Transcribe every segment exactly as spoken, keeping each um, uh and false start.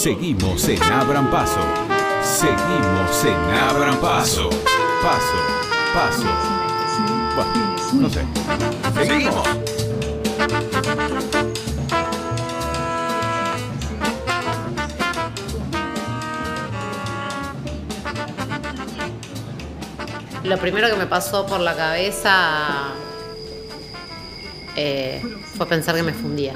Seguimos en Abran Paso. Seguimos en Abran Paso. Paso, paso. Bueno, no sé. Seguimos. Lo primero que me pasó por la cabeza eh, fue pensar que me fundía.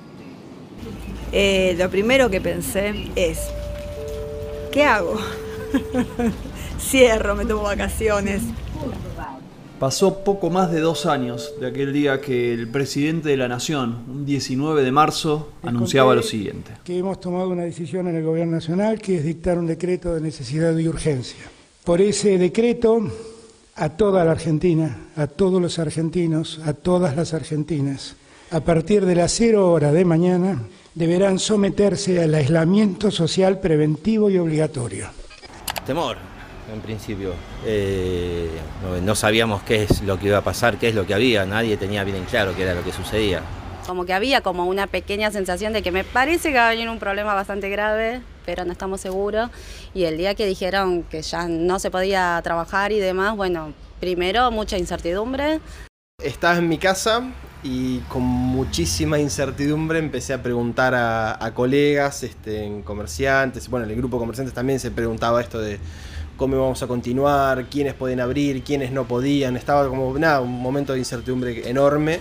Eh, lo primero que pensé es, ¿qué hago? Cierro, me tomo vacaciones. Pasó poco más de dos años de aquel día que el presidente de la Nación, un diecinueve de marzo, Les anunciaba lo conté siguiente. Que hemos tomado una decisión en el Gobierno Nacional, que es dictar un decreto de necesidad y urgencia. Por ese decreto, a toda la Argentina, a todos los argentinos, a todas las argentinas, a partir de las cero hora de mañana, deberán someterse al aislamiento social preventivo y obligatorio. Temor, en principio. Eh, no, no sabíamos qué es lo que iba a pasar, qué es lo que había. Nadie tenía bien en claro qué era lo que sucedía. Como que había como una pequeña sensación de que me parece que va a venir un problema bastante grave, pero no estamos seguros. Y el día que dijeron que ya no se podía trabajar y demás, bueno, primero mucha incertidumbre. Estaba en mi casa y con muchísima incertidumbre empecé a preguntar a, a colegas, este, en comerciantes. Bueno, en el grupo de comerciantes también se preguntaba esto de cómo íbamos a continuar, quiénes podían abrir, quiénes no podían. Estaba como, nada, un momento de incertidumbre enorme.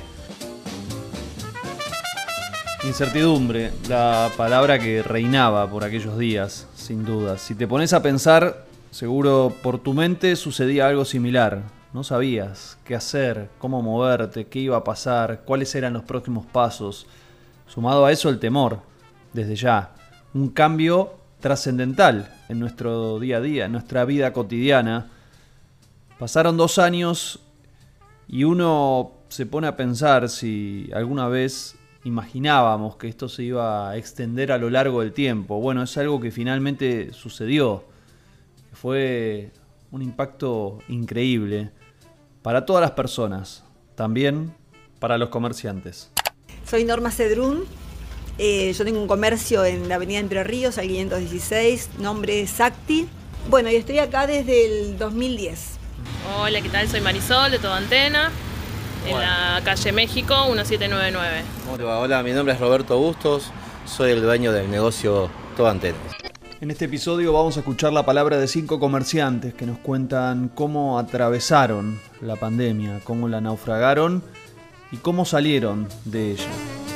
Incertidumbre, la palabra que reinaba por aquellos días, sin duda. Si te pones a pensar, seguro por tu mente sucedía algo similar. No sabías qué hacer, cómo moverte, qué iba a pasar, cuáles eran los próximos pasos. Sumado a eso el temor, desde ya. Un cambio trascendental en nuestro día a día, en nuestra vida cotidiana. Pasaron dos años y uno se pone a pensar si alguna vez imaginábamos que esto se iba a extender a lo largo del tiempo. Bueno, es algo que finalmente sucedió. Fue un impacto increíble para todas las personas, también para los comerciantes. Soy Norma Cedrún, eh, yo tengo un comercio en la avenida Entre Ríos, al quinientos dieciséis, nombre es Sacti. Bueno, y estoy acá desde el dos mil diez. Hola, ¿qué tal? Soy Marisol de Todo Antena, en la calle México diecisiete noventa y nueve. ¿Cómo te va? Hola, mi nombre es Roberto Bustos, soy el dueño del negocio Todo Antena. En este episodio vamos a escuchar la palabra de cinco comerciantes que nos cuentan cómo atravesaron la pandemia, cómo la naufragaron y cómo salieron de ella.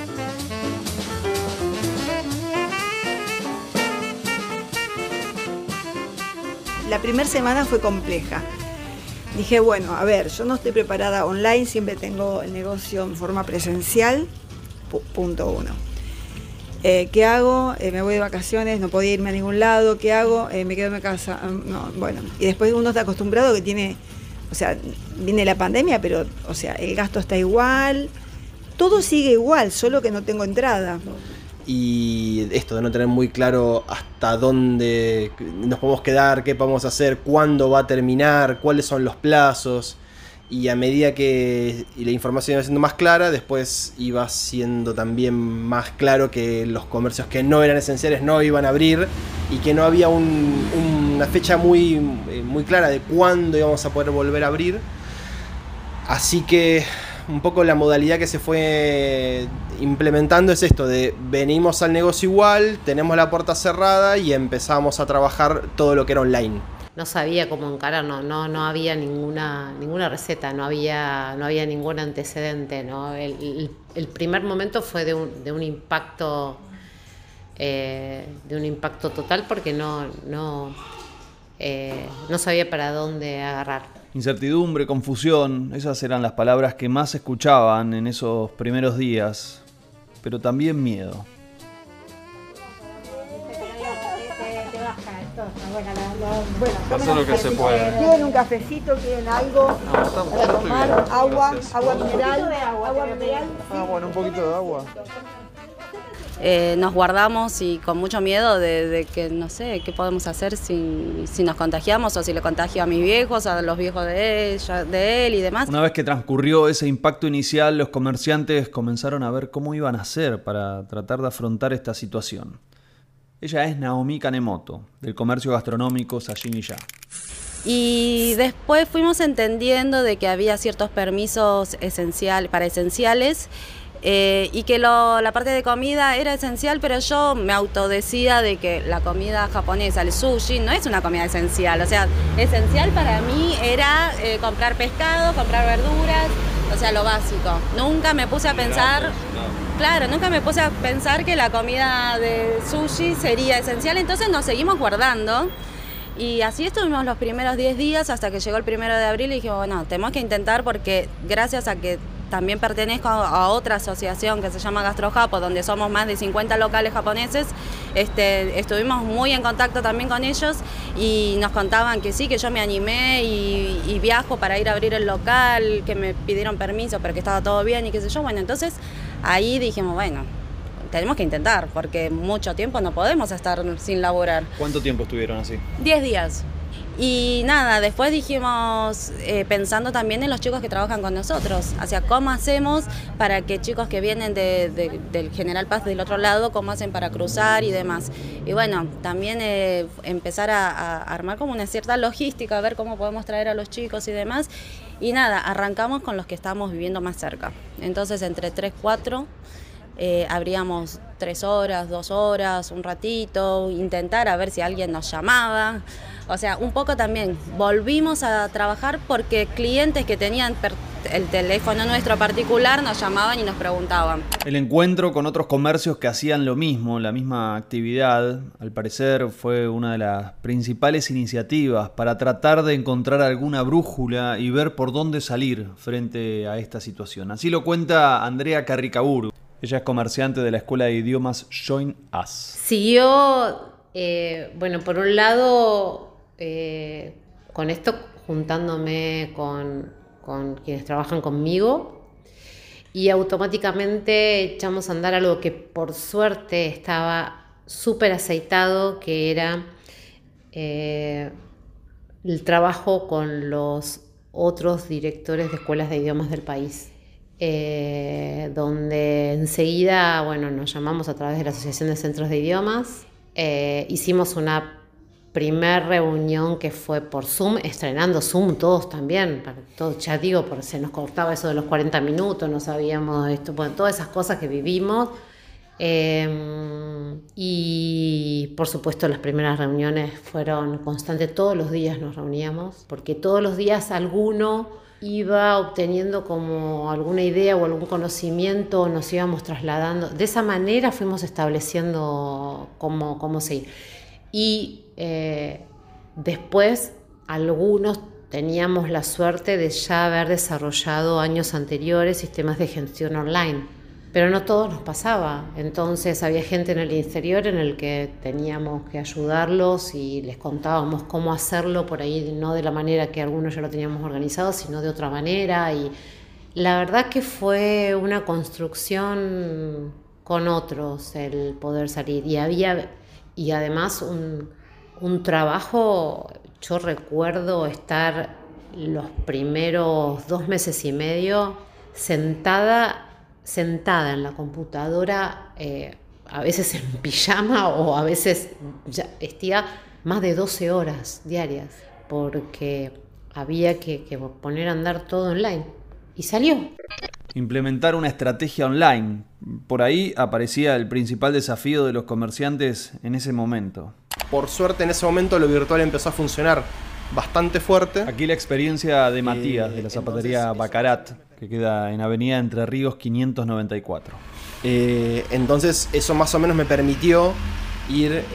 La primera semana fue compleja. Dije, bueno, a ver, yo no estoy preparada online, siempre tengo el negocio en forma presencial, punto uno. Eh, ¿Qué hago? Eh, me voy de vacaciones, no podía irme a ningún lado. ¿Qué hago? Eh, me quedo en mi casa. No, bueno, y después uno está acostumbrado que tiene, o sea, viene la pandemia, pero, o sea, el gasto está igual, todo sigue igual, solo que no tengo entrada. Y esto de no tener muy claro hasta dónde nos podemos quedar, qué podemos hacer, cuándo va a terminar, cuáles son los plazos. Y a medida que la información iba siendo más clara, después iba siendo también más claro que los comercios que no eran esenciales no iban a abrir y que no había un, una fecha muy, muy clara de cuándo íbamos a poder volver a abrir. Así que un poco la modalidad que se fue implementando es esto de venimos al negocio igual, tenemos la puerta cerrada y empezamos a trabajar todo lo que era online. No sabía cómo encarar, no, no, no había ninguna, ninguna receta, no había, no había ningún antecedente, ¿no? El, el, el primer momento fue de un, de un impacto, eh, de un impacto total porque no, no, eh, no sabía para dónde agarrar. Incertidumbre, confusión, esas eran las palabras que más se escuchaban en esos primeros días, pero también miedo. Bueno, lo que se puede. ¿Quieren un cafecito? ¿Quieren algo? No, estamos, para tomar, bien, agua, gracias. agua mineral, agua mineral. Ah, bueno, un poquito de agua. Eh, nos guardamos y con mucho miedo de, de que no sé qué podemos hacer si, si nos contagiamos o si le contagio a mis viejos, a los viejos de, ella, de él y demás. Una vez que transcurrió ese impacto inicial, los comerciantes comenzaron a ver cómo iban a hacer para tratar de afrontar esta situación. Ella es Naomi Kanemoto, del comercio gastronómico Sashimi Ya. Y después fuimos entendiendo de que había ciertos permisos esencial, para esenciales, eh, y que lo, la parte de comida era esencial, pero yo me autodecía de que la comida japonesa, el sushi, no es una comida esencial. O sea, esencial para mí era eh, comprar pescado, comprar verduras, o sea, lo básico. Nunca me puse a pensar, claro, nunca me puse a pensar que la comida de sushi sería esencial, entonces nos seguimos guardando. Y así estuvimos los primeros diez días hasta que llegó el primero de abril y dije, bueno, tenemos que intentar porque gracias a que también pertenezco a otra asociación que se llama GastroJapo, donde somos más de cincuenta locales japoneses, este, estuvimos muy en contacto también con ellos y nos contaban que sí, que yo me animé y, y viajo para ir a abrir el local, que me pidieron permiso, pero que estaba todo bien y qué sé yo. Bueno, entonces ahí dijimos, bueno, tenemos que intentar, porque mucho tiempo no podemos estar sin laburar. ¿Cuánto tiempo estuvieron así? Diez días. Y nada, después dijimos, eh, pensando también en los chicos que trabajan con nosotros, o sea, cómo hacemos para que chicos que vienen de, de, del General Paz del otro lado, cómo hacen para cruzar y demás. Y bueno, también eh, empezar a, a armar como una cierta logística, a ver cómo podemos traer a los chicos y demás. Y nada, arrancamos con los que estamos viviendo más cerca. Entonces, entre tres, cuatro... Eh, abríamos tres horas, dos horas, un ratito, intentar a ver si alguien nos llamaba. O sea, un poco también volvimos a trabajar porque clientes que tenían el teléfono nuestro particular nos llamaban y nos preguntaban. El encuentro con otros comercios que hacían lo mismo, la misma actividad, al parecer fue una de las principales iniciativas para tratar de encontrar alguna brújula y ver por dónde salir frente a esta situación. Así lo cuenta Andrea Carricaburu. Ella es comerciante de la escuela de idiomas Join Us. Siguió, eh, bueno, por un lado, eh, con esto juntándome con, con quienes trabajan conmigo y automáticamente echamos a andar algo que por suerte estaba súper aceitado, que era eh, el trabajo con los otros directores de escuelas de idiomas del país. Eh, donde enseguida, bueno, nos llamamos a través de la Asociación de Centros de Idiomas, eh, hicimos una primer reunión que fue por Zoom, estrenando Zoom todos también, para todo, ya digo, porque se nos cortaba eso de los cuarenta minutos, no sabíamos esto, bueno, todas esas cosas que vivimos, eh, y por supuesto las primeras reuniones fueron constantes, todos los días nos reuníamos, porque todos los días alguno iba obteniendo como alguna idea o algún conocimiento, nos íbamos trasladando. De esa manera fuimos estableciendo cómo, cómo seguir. Y eh, después algunos teníamos la suerte de ya haber desarrollado años anteriores sistemas de gestión online. Pero no todos nos pasaba, entonces había gente en el interior en el que teníamos que ayudarlos y les contábamos cómo hacerlo por ahí, no de la manera que algunos ya lo teníamos organizado, sino de otra manera. Y la verdad que fue una construcción con otros el poder salir. Y había, y además un, un trabajo, yo recuerdo estar los primeros dos meses y medio sentada sentada en la computadora, eh, a veces en pijama o a veces ya vestía más de doce horas diarias, porque había que, que poner a andar todo online. Y salió. Implementar una estrategia online. Por ahí aparecía el principal desafío de los comerciantes en ese momento. Por suerte en ese momento lo virtual empezó a funcionar bastante fuerte. Aquí la experiencia de Matías, eh, de la zapatería entonces, Bacarat, que queda en Avenida Entre Ríos quinientos noventa y cuatro. Eh, entonces eso más o menos me permitió ir eh,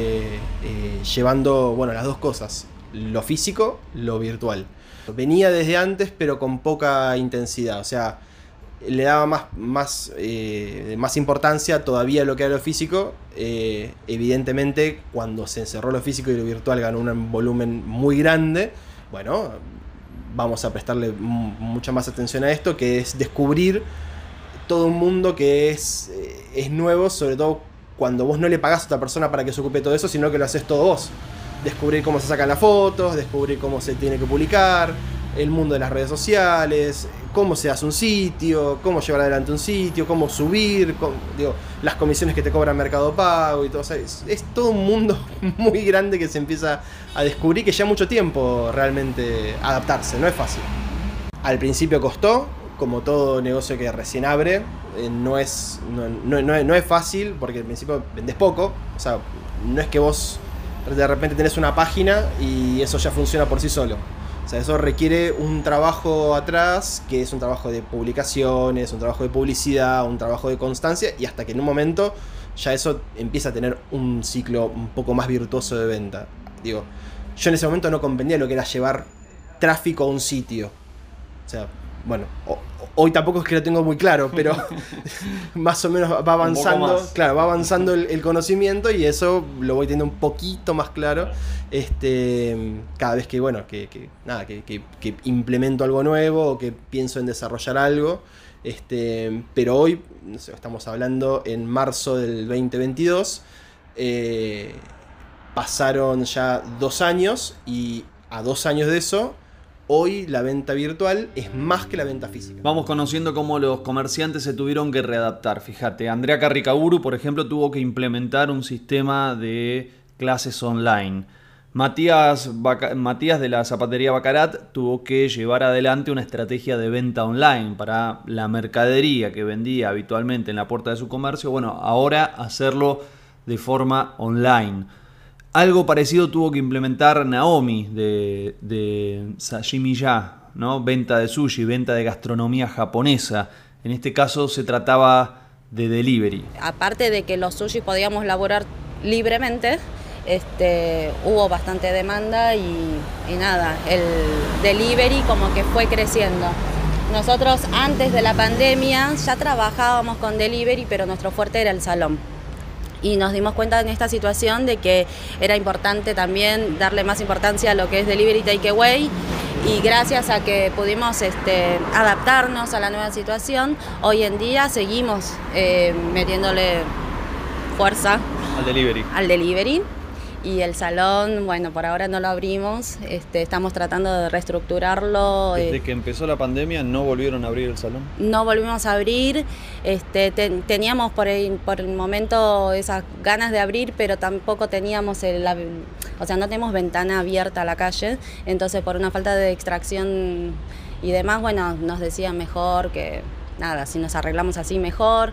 eh, llevando, bueno, las dos cosas, lo físico, lo virtual. Venía desde antes pero con poca intensidad, o sea, le daba más, más, eh, más importancia todavía a lo que era lo físico. Eh, evidentemente cuando se encerró lo físico y lo virtual ganó un volumen muy grande, bueno, vamos a prestarle mucha más atención a esto, que es descubrir todo un mundo que es, es nuevo, sobre todo cuando vos no le pagás a otra persona para que se ocupe de todo eso, sino que lo haces todo vos. Descubrir cómo se sacan las fotos, descubrir cómo se tiene que publicar, el mundo de las redes sociales, cómo se hace un sitio, cómo llevar adelante un sitio, cómo subir, cómo, digo, las comisiones que te cobra Mercado Pago y todo. O sea, es, es todo un mundo muy grande que se empieza a descubrir, que lleva mucho tiempo realmente adaptarse, no es fácil. Al principio costó, como todo negocio que recién abre, eh, no, es, no, no, no, no es fácil, porque al principio vendés poco, o sea, no es que vos de repente tenés una página y eso ya funciona por sí solo. O sea, eso requiere un trabajo atrás, que es un trabajo de publicaciones, un trabajo de publicidad, un trabajo de constancia, y hasta que en un momento ya eso empieza a tener un ciclo un poco más virtuoso de venta. Digo, yo en ese momento no comprendía lo que era llevar tráfico a un sitio. O sea, bueno, o, hoy tampoco es que lo tengo muy claro, pero más o menos va avanzando, claro, va avanzando el, el conocimiento, y eso lo voy teniendo un poquito más claro este, cada vez que, bueno, que, que nada, que, que, que implemento algo nuevo o que pienso en desarrollar algo. Este, pero hoy, no sé, estamos hablando en marzo del veinte veintidós, eh, pasaron ya dos años, y a dos años de eso, hoy la venta virtual es más que la venta física. Vamos conociendo cómo los comerciantes se tuvieron que readaptar. Fíjate, Andrea Carricaburu, por ejemplo, tuvo que implementar un sistema de clases online. Matías, Baca- Matías de la zapatería Bacarat tuvo que llevar adelante una estrategia de venta online para la mercadería que vendía habitualmente en la puerta de su comercio. Bueno, ahora hacerlo de forma online. Algo parecido tuvo que implementar Naomi de, de Sashimi Ya, ¿no? Venta de sushi, venta de gastronomía japonesa. En este caso se trataba de delivery. Aparte de que los sushis podíamos laborar libremente, este, hubo bastante demanda y, y nada, el delivery como que fue creciendo. Nosotros antes de la pandemia ya trabajábamos con delivery, pero nuestro fuerte era el salón. Y nos dimos cuenta en esta situación de que era importante también darle más importancia a lo que es delivery takeaway, y gracias a que pudimos este, adaptarnos a la nueva situación, hoy en día seguimos eh, metiéndole fuerza al delivery. al delivery. Y el salón, bueno, por ahora no lo abrimos, este, estamos tratando de reestructurarlo. Desde que empezó la pandemia, ¿no volvieron a abrir el salón? No volvimos a abrir, este, ten, teníamos por el, por el momento esas ganas de abrir, pero tampoco teníamos, el, la, o sea, no tenemos ventana abierta a la calle, entonces por una falta de extracción y demás, bueno, nos decían mejor que, nada, si nos arreglamos así mejor.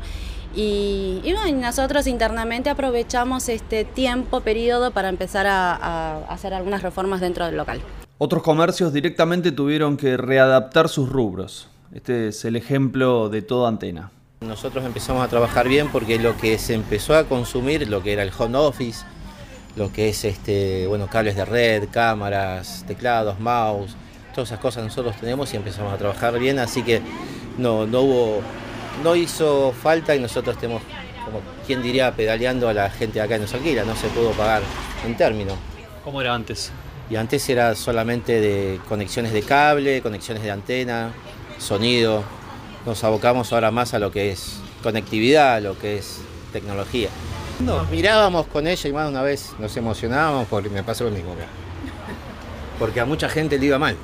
Y, y bueno, nosotros internamente aprovechamos este tiempo, periodo, para empezar a, a hacer algunas reformas dentro del local. Otros comercios directamente tuvieron que readaptar sus rubros. Este es el ejemplo de Todo Antena. Nosotros empezamos a trabajar bien porque lo que se empezó a consumir, lo que era el home office, lo que es este, bueno, cables de red, cámaras, teclados, mouse, todas esas cosas nosotros tenemos y empezamos a trabajar bien, así que no, no hubo... No hizo falta y nosotros estemos, como quien diría, pedaleando a la gente de acá que nos alquila, no se pudo pagar en término. ¿Cómo era antes? Y antes era solamente de conexiones de cable, conexiones de antena, sonido. Nos abocamos ahora más a lo que es conectividad, a lo que es tecnología. Nos mirábamos con ella y más de una vez nos emocionábamos porque me pasó lo mismo. Porque a mucha gente le iba mal.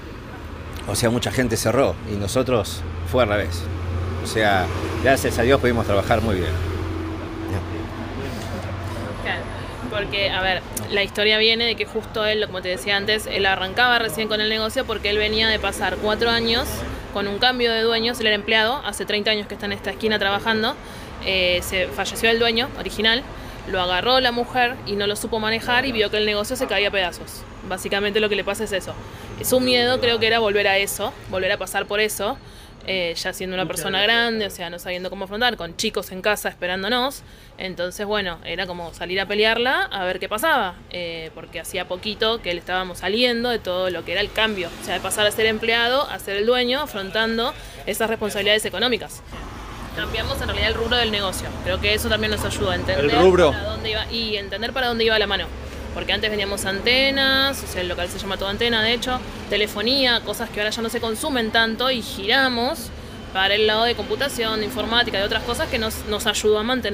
O sea, mucha gente cerró y nosotros fue al revés. O sea, gracias a Dios pudimos trabajar muy bien. Claro, porque, a ver, la historia viene de que justo él, como te decía antes, él arrancaba recién con el negocio porque él venía de pasar cuatro años con un cambio de dueños. Él era empleado, hace treinta años que está en esta esquina trabajando, eh, se falleció el dueño original, lo agarró la mujer y no lo supo manejar y vio que el negocio se caía a pedazos. Básicamente lo que le pasa es eso. Su miedo creo que era volver a eso, volver a pasar por eso. Eh, ya siendo una persona grande, o sea, no sabiendo cómo afrontar, con chicos en casa esperándonos. Entonces, bueno, era como salir a pelearla a ver qué pasaba, eh, porque hacía poquito que le estábamos saliendo de todo lo que era el cambio, o sea, de pasar a ser empleado a ser el dueño, afrontando esas responsabilidades económicas. Cambiamos en realidad el rubro del negocio, creo que eso también nos ayuda a entender ¿El rubro? para dónde iba, y entender para dónde iba la mano. Porque antes veníamos antenas, o sea, el local se llama Todo Antena, de hecho, telefonía, cosas que ahora ya no se consumen tanto, y giramos para el lado de computación, de informática, de otras cosas que nos, nos ayudó a mantenernos.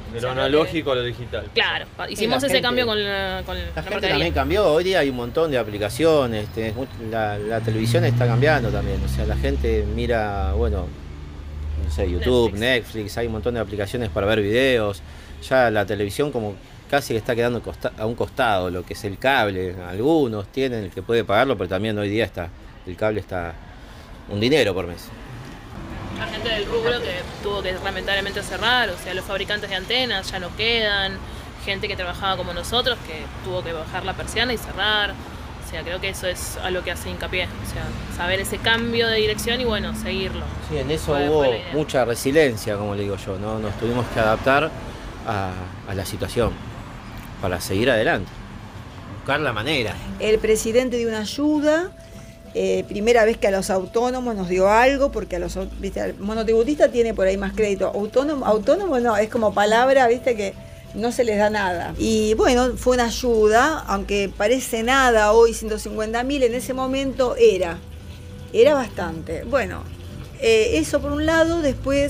De O lo sea, analógico a lo digital. Claro, hicimos la ese gente- cambio con la, con La la gente mercadería. también cambió, hoy día hay un montón de aplicaciones, tenés mu- la, la televisión está cambiando también, o sea, la gente mira, bueno, no sé, YouTube, Netflix. Netflix, hay un montón de aplicaciones para ver videos, ya la televisión como casi que está quedando costa- a un costado, lo que es el cable, algunos tienen el que puede pagarlo, pero también hoy día está, el cable está un dinero por mes. La gente del rubro que tuvo que lamentablemente cerrar, o sea, los fabricantes de antenas ya no quedan, gente que trabajaba como nosotros que tuvo que bajar la persiana y cerrar. O sea, creo que eso es a lo que hace hincapié, o sea, saber ese cambio de dirección y bueno, seguirlo. Sí, en eso Fue- hubo fue la idea. mucha resiliencia, como le digo yo, ¿no? Nos tuvimos que adaptar a, a la situación para seguir adelante, buscar la manera. El presidente dio una ayuda, eh, primera vez que a los autónomos nos dio algo, porque a los au- viste, el monotributista tiene por ahí más crédito. Autónomo, autónomo no, es como palabra, viste, que no se les da nada. Y bueno, fue una ayuda, aunque parece nada hoy, ciento cincuenta mil, en ese momento era, era bastante. Bueno, eh, eso por un lado, después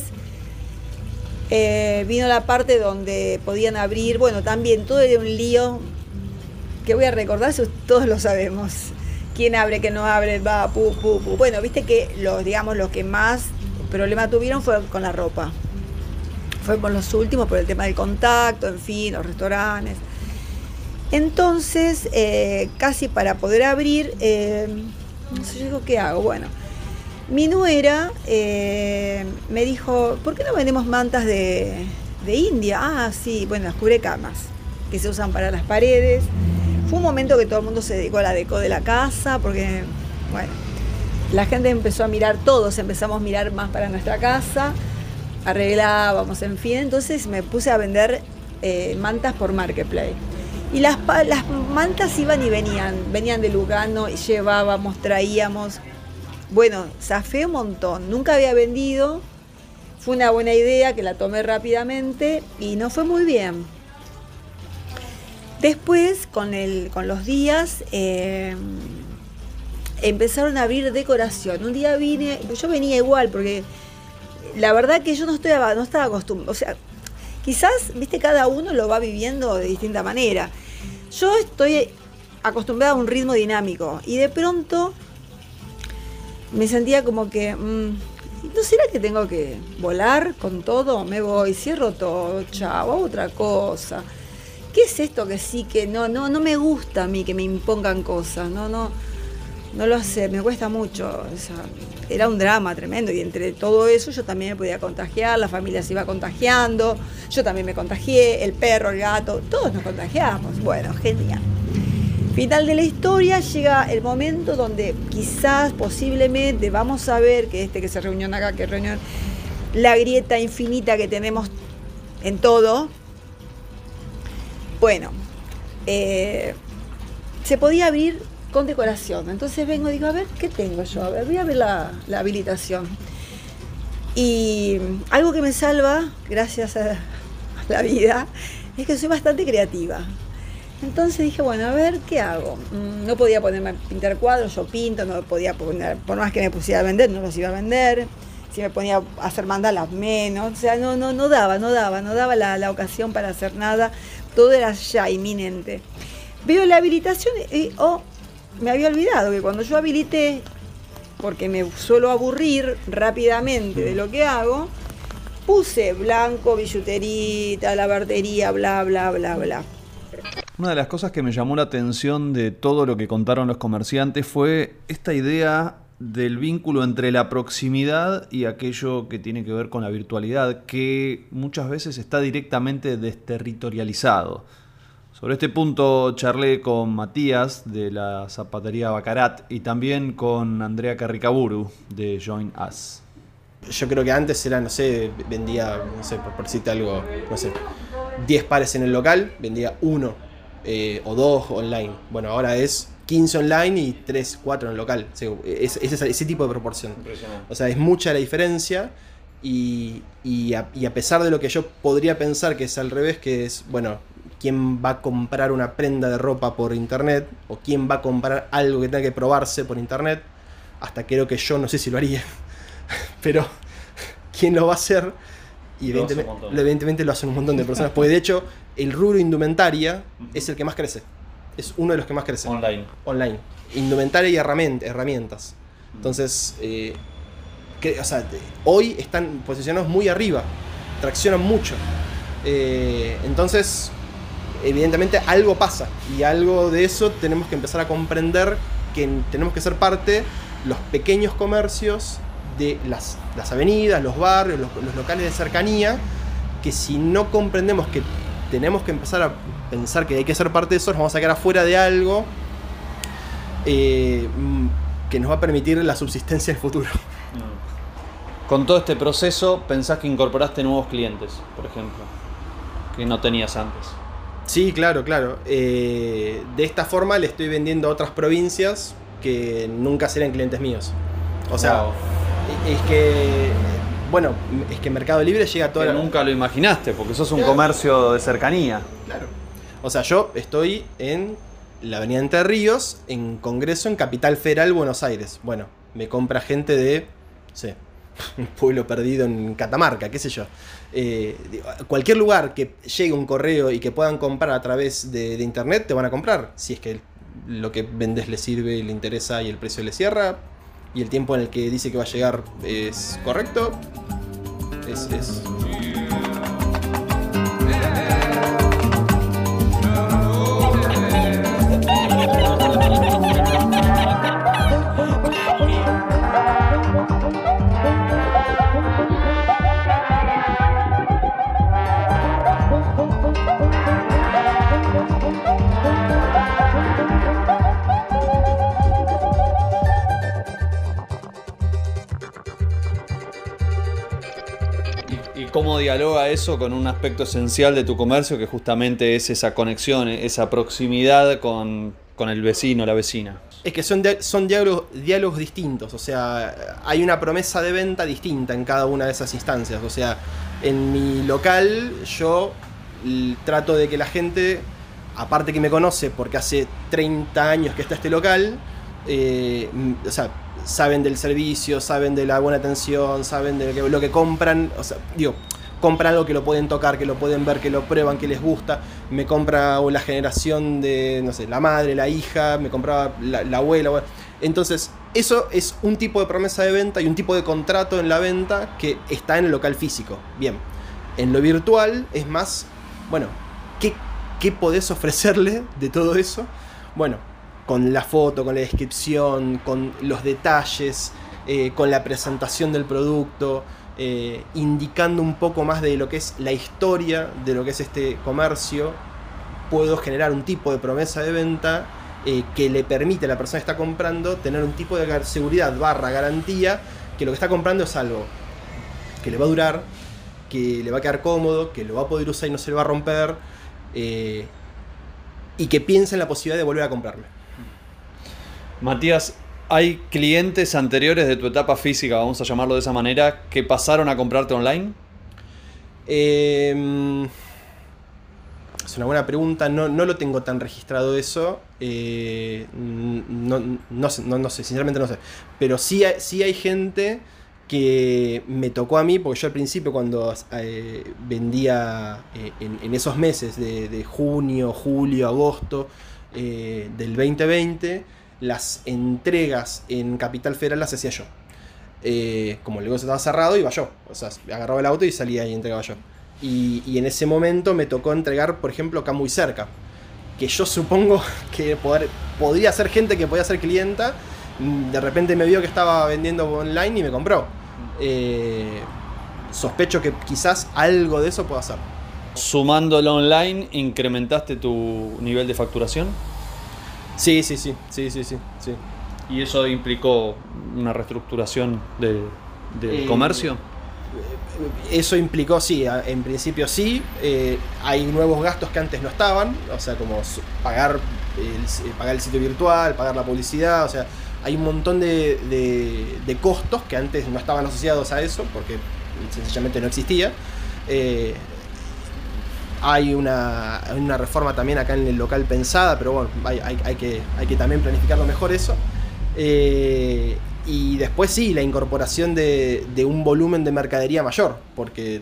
eh, vino la parte donde podían abrir, bueno, también todo era un lío, que voy a recordar, si todos lo sabemos. Quién abre, quién no abre, va, pu, pu, pu. Bueno, viste que los, digamos, los que más problema tuvieron fue con la ropa. Fue por los últimos, por el tema del contacto, en fin, los restaurantes. Entonces, eh, casi para poder abrir, eh, no sé, yo digo, ¿qué hago? Bueno, mi nuera eh, me dijo, ¿por qué no vendemos mantas de, de India? Ah, sí, bueno, las cubrecamas, que se usan para las paredes. Fue un momento que todo el mundo se dedicó a la deco de la casa, porque, bueno, la gente empezó a mirar, todos empezamos a mirar más para nuestra casa, arreglábamos, en fin, entonces me puse a vender eh, mantas por Marketplace. Y las, pa- las mantas iban y venían, venían de Lugano, y llevábamos, traíamos. Bueno, zafé un montón, nunca había vendido, fue una buena idea que la tomé rápidamente y no fue muy bien. Después, con, el, con los días, eh, empezaron a abrir decoración. Un día vine, yo venía igual, porque la verdad que yo no, estoy, no estaba acostumbrada, o sea, quizás, viste, cada uno lo va viviendo de distinta manera. Yo estoy acostumbrada a un ritmo dinámico y de pronto me sentía como que, mmm, ¿no será que tengo que volar con todo? Me voy, cierro todo, chao, hago otra cosa. ¿Qué es esto que sí, que no, no, no me gusta a mí que me impongan cosas? No, no, no lo sé, me cuesta mucho. O sea, era un drama tremendo y entre todo eso yo también me podía contagiar, la familia se iba contagiando, yo también me contagié, el perro, el gato, todos nos contagiamos. Bueno, genial. Final de la historia, llega el momento donde quizás, posiblemente, vamos a ver que este que se reunió acá, que reunión, la grieta infinita que tenemos en todo. Bueno, eh, se podía abrir con decoración. Entonces vengo y digo, a ver, ¿qué tengo yo? A ver, voy a ver la, la habilitación. Y algo que me salva, gracias a la vida, es que soy bastante creativa. Entonces dije, bueno, a ver, ¿qué hago? Mm, No podía ponerme a pintar cuadros, yo pinto, no podía poner, por más que me pusiera a vender, no los iba a vender. Si me ponía a hacer mandalas, menos. O sea, no, no, no daba, no daba, no daba la, la ocasión para hacer nada. Todo era ya inminente. Veo la habilitación y, oh, me había olvidado que cuando yo habilité, porque me suelo aburrir rápidamente de lo que hago, puse blanco, billuterita, lavandería, bla, bla, bla, bla. Una de las cosas que me llamó la atención de todo lo que contaron los comerciantes fue esta idea del vínculo entre la proximidad y aquello que tiene que ver con la virtualidad, que muchas veces está directamente desterritorializado. Sobre este punto charlé con Matías de la zapatería Bacarat y también con Andrea Carricaburu de Join Us. Yo creo que antes era, no sé, vendía, no sé, por, por decirte algo, no sé, diez pares en el local, vendía uno eh, o dos online. Bueno, ahora es quince online y tres, cuatro en el local. O sea, es, es ese, ese tipo de proporción. O sea, es mucha la diferencia y, y, a, y a pesar de lo que yo podría pensar que es al revés, que es, bueno, ¿quién va a comprar una prenda de ropa por internet? ¿O quién va a comprar algo que tenga que probarse por internet? Hasta creo que yo no sé si lo haría. Pero, ¿quién lo va a hacer? Y Lo hace un evidentemente montón. lo, evidentemente lo hacen un montón de personas. Porque de hecho, el rubro indumentaria es el que más crece. Es uno de los que más crece. Online. Online. Indumentaria y herramien- herramientas. Entonces, eh, que, o sea, de- hoy están posicionados muy arriba. Traccionan mucho. Eh, entonces, evidentemente algo pasa. Y algo de eso tenemos que empezar a comprender que tenemos que ser parte, los pequeños comercios de las, las avenidas, los barrios, los, los locales de cercanía, que si no comprendemos que tenemos que empezar a pensar que hay que ser parte de eso, nos vamos a quedar afuera de algo eh, que nos va a permitir la subsistencia en el futuro. Con todo este proceso, ¿pensás que incorporaste nuevos clientes, por ejemplo, que no tenías antes? Sí, claro, claro. Eh, de esta forma le estoy vendiendo a otras provincias que nunca serían clientes míos. O sea, Wow. es que, bueno, es que Mercado Libre llega a toda Que la... nunca lo imaginaste, porque sos un Claro. comercio de cercanía. Claro. O sea, yo estoy en la avenida Entre Ríos, en Congreso, en Capital Federal, Buenos Aires. Bueno, me compra gente de, no sé, un pueblo perdido en Catamarca, qué sé yo. Eh, digo, cualquier lugar que llegue un correo y que puedan comprar a través de, de internet, te van a comprar. Si es que lo que vendes les sirve y le interesa y el precio le cierra y el tiempo en el que dice que va a llegar es correcto, es... es... ¿Y, y cómo dialoga eso con un aspecto esencial de tu comercio, que justamente es esa conexión, esa proximidad con, con el vecino, la vecina? Es que son, dia- son diálogos, diálogos distintos, o sea, hay una promesa de venta distinta en cada una de esas instancias. O sea, en mi local yo l- trato de que la gente, aparte que me conoce porque hace treinta años que está este local, eh, m- o sea, saben del servicio, saben de la buena atención, saben de lo que, lo que compran, o sea, digo, compran algo que lo pueden tocar, que lo pueden ver, que lo prueban, que les gusta. Me compra o la generación de, no sé, la madre, la hija, me compraba la, la abuela. Bueno. Entonces, eso es un tipo de promesa de venta y un tipo de contrato en la venta que está en el local físico. Bien, en lo virtual es más, bueno, ¿qué, qué podés ofrecerle de todo eso? Bueno, con la foto, con la descripción, con los detalles, eh, con la presentación del producto, eh, indicando un poco más de lo que es la historia de lo que es este comercio, puedo generar un tipo de promesa de venta eh, que le permite a la persona que está comprando tener un tipo de gar- seguridad barra garantía que lo que está comprando es algo que le va a durar, que le va a quedar cómodo, que lo va a poder usar y no se le va a romper, eh, y que piense en la posibilidad de volver a comprarme. Matías, ¿hay clientes anteriores de tu etapa física, vamos a llamarlo de esa manera, que pasaron a comprarte online? Eh, es una buena pregunta, no, no lo tengo tan registrado eso. Eh, no, no, sé, no, no sé, sinceramente no sé. Pero sí hay, sí hay gente que me tocó a mí, porque yo al principio cuando eh, vendía eh, en, en esos meses de, de junio, julio, agosto eh, del veinte veinte, las entregas en Capital Federal las hacía yo. Eh, como el negocio estaba cerrado, iba yo. O sea, agarraba el auto y salía y entregaba yo. Y, y en ese momento me tocó entregar, por ejemplo, acá muy cerca. Que yo supongo que poder, podría ser gente que podía ser clienta. De repente me vio que estaba vendiendo online y me compró. Eh, sospecho que quizás algo de eso pueda hacer. Sumándolo online, ¿incrementaste tu nivel de facturación? Sí, sí, sí, sí, sí, sí, sí. ¿Y eso implicó una reestructuración de, del Eh, comercio? Eso implicó, sí, a- en principio sí. Eh, hay nuevos gastos que antes no estaban, o sea, como s- pagar el, pagar el sitio virtual, pagar la publicidad, o sea, hay un montón de, de- de costos que antes no estaban asociados a eso, porque sencillamente no existía. Eh, hay una, hay una reforma también acá en el local pensada, pero bueno, hay, hay- hay que, hay que también planificarlo mejor eso. Eh, y después sí, la incorporación de, de un volumen de mercadería mayor, porque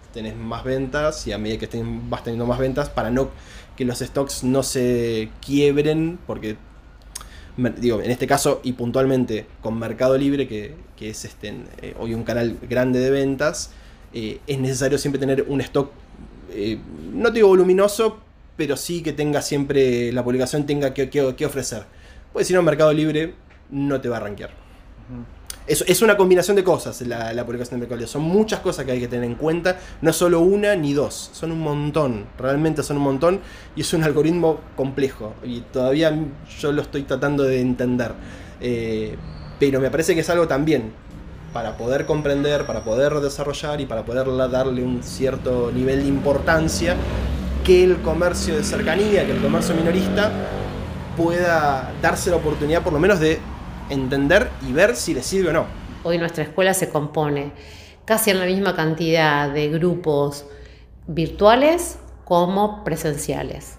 tenés más ventas y a medida que estés, vas teniendo más ventas para no que los stocks no se quiebren, porque digo, en este caso y puntualmente con Mercado Libre, que, que es este, eh, hoy un canal grande de ventas, eh, es necesario siempre tener un stock, eh, no digo voluminoso, pero sí que tenga siempre, la publicación tenga que, que, que ofrecer. Porque si no, Mercado Libre no te va a rankear. Es, es una combinación de cosas la, la publicación de Mercado Libre. Son muchas cosas que hay que tener en cuenta. No solo una ni dos. Son un montón. Realmente son un montón. Y es un algoritmo complejo. Y todavía yo lo estoy tratando de entender. Eh, pero me parece que es algo también para poder comprender, para poder desarrollar y para poder darle un cierto nivel de importancia que el comercio de cercanía, que el comercio minorista pueda darse la oportunidad por lo menos de entender y ver si le sirve o no. Hoy nuestra escuela se compone casi en la misma cantidad de grupos virtuales como presenciales.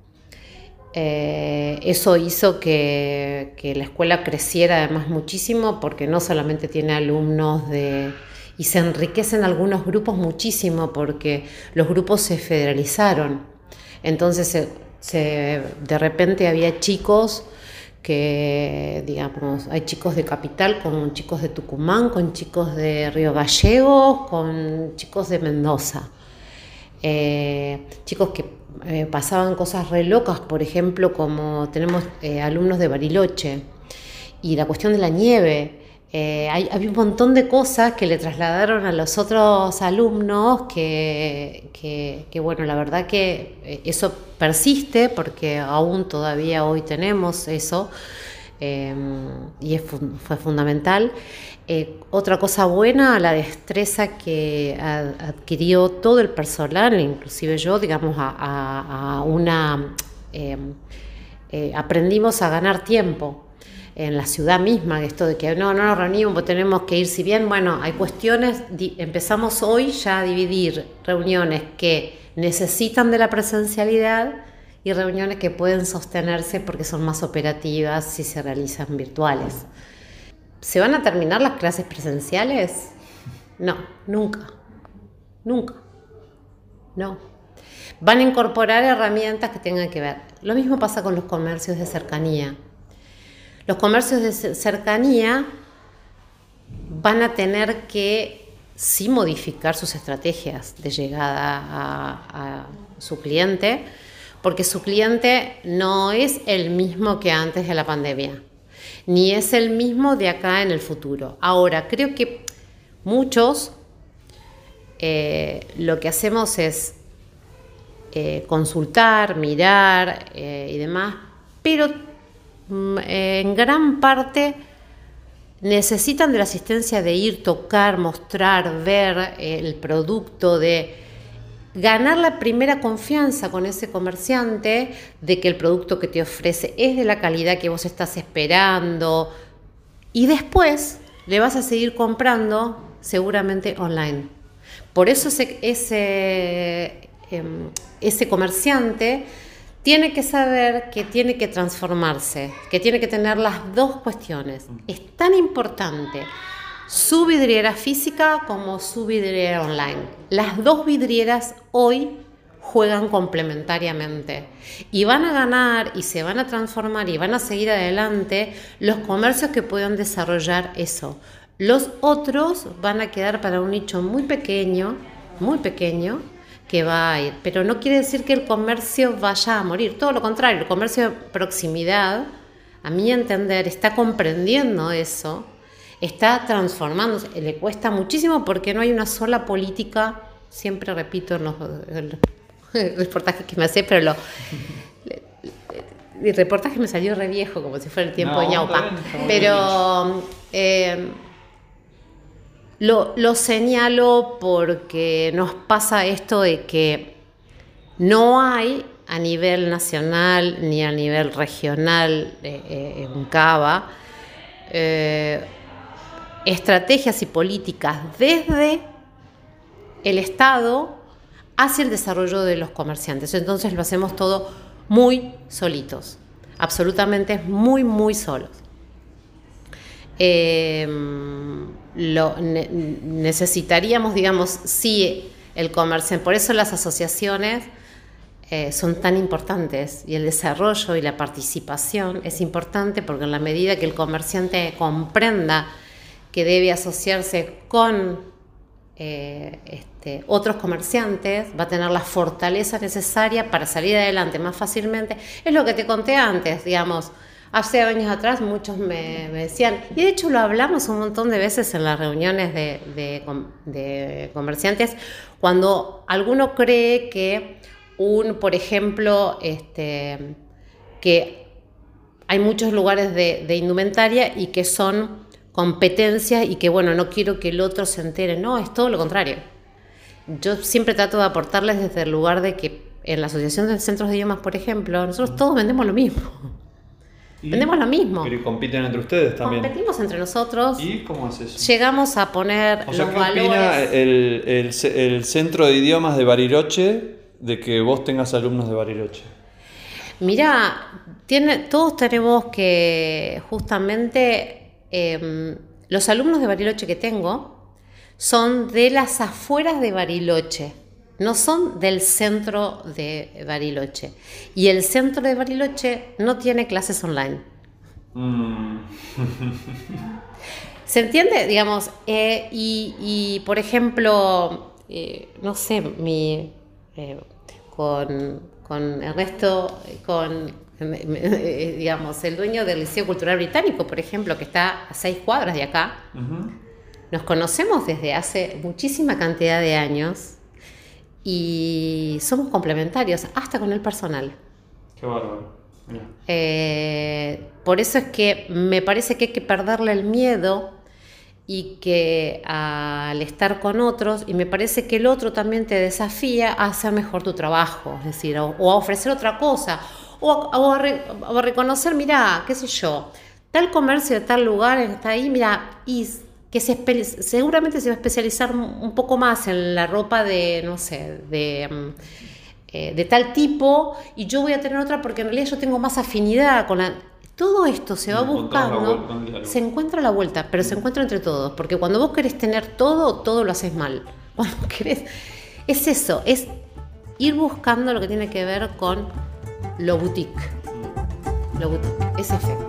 Eh, eso hizo que, que la escuela creciera además muchísimo, porque no solamente tiene alumnos de... y se enriquecen algunos grupos muchísimo porque los grupos se federalizaron. Entonces se, se, de repente había chicos que, digamos, hay chicos de Capital con chicos de Tucumán, con chicos de Río Gallegos, con chicos de Mendoza. Eh, chicos que eh, pasaban cosas re locas, por ejemplo, como tenemos eh, alumnos de Bariloche, y la cuestión de la nieve. Eh, hay, había un montón de cosas que le trasladaron a los otros alumnos que, que, que bueno, la verdad que eso persiste porque aún todavía hoy tenemos eso, eh, y es, fue fundamental. Eh, otra cosa buena, la destreza que adquirió todo el personal, inclusive yo, digamos, a, a, a una... Eh, eh, aprendimos a ganar tiempo en la ciudad misma, esto de que no, no nos reunimos, pues tenemos que ir, si bien, bueno, hay cuestiones, di, empezamos hoy ya a dividir reuniones que necesitan de la presencialidad y reuniones que pueden sostenerse porque son más operativas si se realizan virtuales. ¿Se van a terminar las clases presenciales? No, nunca, nunca, no. Van a incorporar herramientas que tengan que ver. Lo mismo pasa con los comercios de cercanía. Los comercios de cercanía van a tener que sí modificar sus estrategias de llegada a, a su cliente, porque su cliente no es el mismo que antes de la pandemia, ni es el mismo de acá en el futuro. Ahora, creo que muchos eh, lo que hacemos es eh, consultar, mirar eh, y demás, pero en gran parte necesitan de la asistencia de ir, tocar, mostrar, ver el producto, de ganar la primera confianza con ese comerciante de que el producto que te ofrece es de la calidad que vos estás esperando, y después le vas a seguir comprando seguramente online. Por eso ese, ese, ese comerciante tiene que saber que tiene que transformarse, que tiene que tener las dos cuestiones. Es tan importante su vidriera física como su vidriera online. Las dos vidrieras hoy juegan complementariamente y van a ganar y se van a transformar y van a seguir adelante los comercios que puedan desarrollar eso. Los otros van a quedar para un nicho muy pequeño, muy pequeño, que va a ir, pero no quiere decir que el comercio vaya a morir, todo lo contrario, el comercio de proximidad, a mi entender, está comprendiendo eso, está transformándose, le cuesta muchísimo porque no hay una sola política, siempre repito en los, en los reportajes que me hace, pero lo, el reportaje me salió re viejo, como si fuera el tiempo no, de Ñaupa, pero... Eh, Lo, lo señalo porque nos pasa esto de que no hay a nivel nacional ni a nivel regional eh, eh, en Cava eh, estrategias y políticas desde el Estado hacia el desarrollo de los comerciantes. Entonces lo hacemos todo muy solitos, absolutamente muy, muy solos. Eh, Lo, ne, necesitaríamos, digamos, sí, el comercio. Por eso las asociaciones eh, son tan importantes y el desarrollo y la participación es importante, porque en la medida que el comerciante comprenda que debe asociarse con eh, este, otros comerciantes, va a tener la fortaleza necesaria para salir adelante más fácilmente. Es lo que te conté antes, digamos. Hace años atrás muchos me, me decían, y de hecho lo hablamos un montón de veces en las reuniones de, de, de comerciantes, cuando alguno cree que un, por ejemplo, este, que hay muchos lugares de, de indumentaria y que son competencias y que, bueno, no quiero que el otro se entere. No, es todo lo contrario. Yo siempre trato de aportarles desde el lugar de que en la Asociación de Centros de Idiomas, por ejemplo, nosotros todos vendemos lo mismo. ¿Y? Vendemos lo mismo. Pero compiten entre ustedes también. Competimos entre nosotros. ¿Y cómo es eso? Llegamos a poner O sea, los ¿qué valores. opina el, el, el Centro de Idiomas de Bariloche de que vos tengas alumnos de Bariloche? Mira, tiene, todos tenemos que justamente eh, los alumnos de Bariloche que tengo son de las afueras de Bariloche. No son del centro de Bariloche. Y el centro de Bariloche no tiene clases online. Mm. ¿Se entiende? Digamos, eh, y, y por ejemplo, eh, no sé, mi, eh, con, con Ernesto, con, eh, digamos, el dueño del Liceo Cultural Británico, por ejemplo, que está a seis cuadras de acá, uh-huh. Nos conocemos desde hace muchísima cantidad de años. Y somos complementarios, hasta con el personal. Qué bárbaro. Eh, por eso es que me parece que hay que perderle el miedo y que al estar con otros, y me parece que el otro también te desafía a hacer mejor tu trabajo, es decir, o, o a ofrecer otra cosa, o a, o a, re, o a reconocer, mira, qué sé yo, tal comercio de tal lugar está ahí, mira, y que se seguramente se va a especializar un poco más en la ropa de, no sé, de, eh, de tal tipo, y yo voy a tener otra porque en realidad yo tengo más afinidad con la... Todo esto se va buscando, se encuentra a la vuelta, pero se encuentra entre todos, porque cuando vos querés tener todo, todo lo haces mal. Cuando querés... Es eso, es ir buscando lo que tiene que ver con lo boutique. Lo boutique, ese efecto.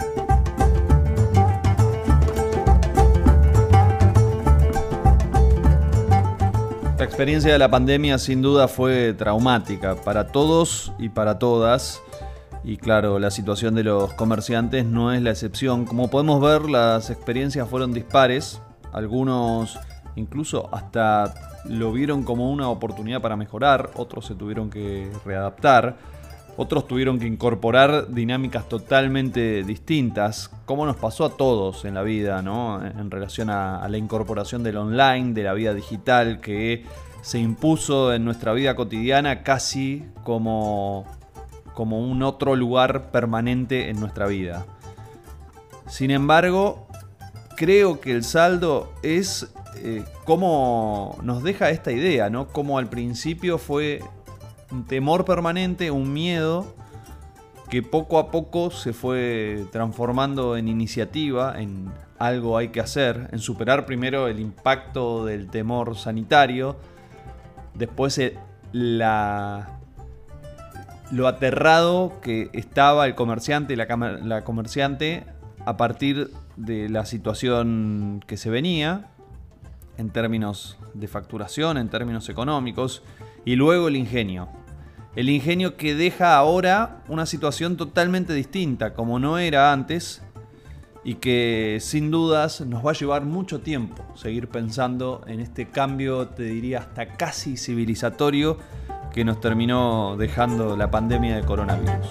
La experiencia de la pandemia sin duda fue traumática para todos y para todas. Y claro, la situación de los comerciantes no es la excepción. Como podemos ver, las experiencias fueron dispares. Algunos incluso hasta lo vieron como una oportunidad para mejorar. Otros se tuvieron que readaptar. Otros tuvieron que incorporar dinámicas totalmente distintas, como nos pasó a todos en la vida, ¿no? En relación a, a la incorporación del online, de la vida digital, que se impuso en nuestra vida cotidiana casi como, como un otro lugar permanente en nuestra vida. Sin embargo, creo que el saldo es eh, cómo nos deja esta idea, ¿no? Como al principio fue un temor permanente, un miedo que poco a poco se fue transformando en iniciativa, en algo hay que hacer, en superar primero el impacto del temor sanitario, después la, lo aterrado que estaba el comerciante, la, la comerciante a partir de la situación que se venía en términos de facturación, en términos económicos. Y luego el ingenio. El ingenio que deja ahora una situación totalmente distinta, como no era antes, y que sin dudas nos va a llevar mucho tiempo seguir pensando en este cambio, te diría hasta casi civilizatorio, que nos terminó dejando la pandemia de coronavirus.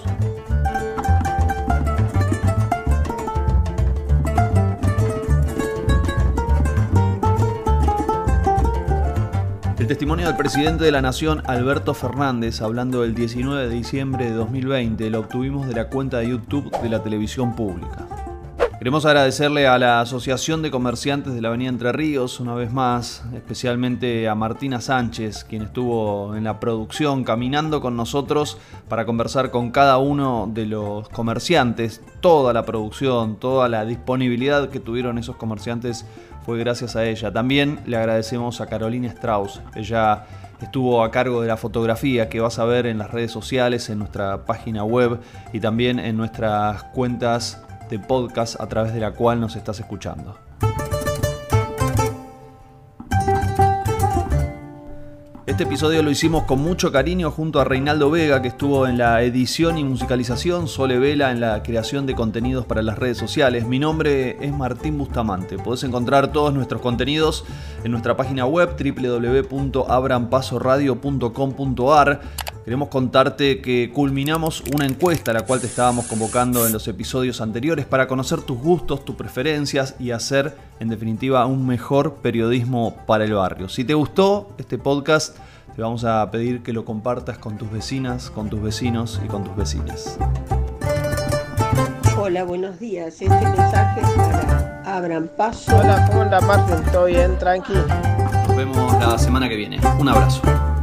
El testimonio del presidente de la Nación, Alberto Fernández, hablando del diecinueve de diciembre de dos mil veinte, lo obtuvimos de la cuenta de YouTube de la televisión pública. Queremos agradecerle a la Asociación de Comerciantes de la Avenida Entre Ríos, una vez más, especialmente a Martina Sánchez, quien estuvo en la producción caminando con nosotros para conversar con cada uno de los comerciantes. Toda la producción, toda la disponibilidad que tuvieron esos comerciantes fue gracias a ella. También le agradecemos a Carolina Strauss. Ella estuvo a cargo de la fotografía que vas a ver en las redes sociales, en nuestra página web y también en nuestras cuentas de podcast a través de la cual nos estás escuchando. Este episodio lo hicimos con mucho cariño junto a Reinaldo Vega, que estuvo en la edición y musicalización, Sole Vela en la creación de contenidos para las redes sociales. Mi nombre es Martín Bustamante. Podés encontrar todos nuestros contenidos en nuestra página web doble u doble u doble u punto abran paso radio punto com punto a r. Queremos contarte que culminamos una encuesta a la cual te estábamos convocando en los episodios anteriores para conocer tus gustos, tus preferencias y hacer, en definitiva, un mejor periodismo para el barrio. Si te gustó este podcast, te vamos a pedir que lo compartas con tus vecinas, con tus vecinos y con tus vecinas. Hola, buenos días. Este mensaje es para Abran Paso. Hola, ¿cómo anda Martín? ¿Todo bien? Tranqui. Nos vemos la semana que viene. Un abrazo.